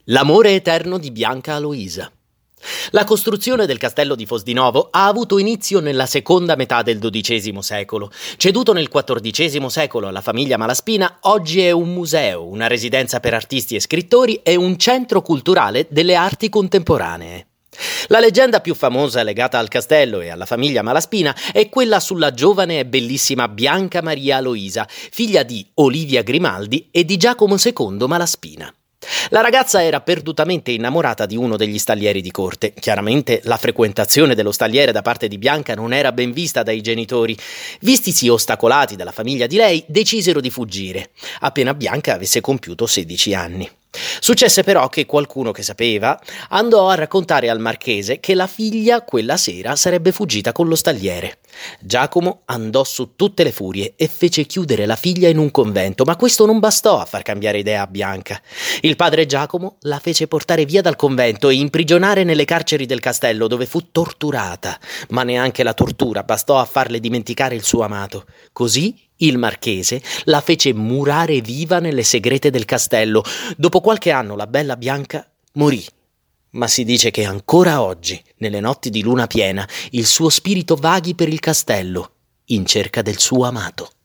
L'amore eterno di Bianca Aloisa. La costruzione del castello di Fosdinovo ha avuto inizio nella seconda metà del XII secolo. Ceduto nel XIV secolo alla famiglia Malaspina, oggi è un museo, una residenza per artisti e scrittori e un centro culturale delle arti contemporanee. La leggenda più famosa legata al castello e alla famiglia Malaspina è quella sulla giovane e bellissima Bianca Maria Aloisa, figlia di Olivia Grimaldi e di Giacomo II Malaspina. La ragazza era perdutamente innamorata di uno degli stallieri di corte. Chiaramente la frequentazione dello stalliere da parte di Bianca non era ben vista dai genitori. Vistisi ostacolati dalla famiglia di lei, decisero di fuggire, appena Bianca avesse compiuto 16 anni. Successe però che qualcuno che sapeva andò a raccontare al marchese che la figlia quella sera sarebbe fuggita con lo stalliere. Giacomo andò su tutte le furie e fece chiudere la figlia in un convento, ma questo non bastò a far cambiare idea a Bianca. Il padre Giacomo la fece portare via dal convento e imprigionare nelle carceri del castello, dove fu torturata, ma neanche la tortura bastò a farle dimenticare il suo amato. Così il marchese la fece murare viva nelle segrete del castello. Dopo qualche anno la bella Bianca morì. Ma si dice che ancora oggi, nelle notti di luna piena, il suo spirito vaghi per il castello, in cerca del suo amato.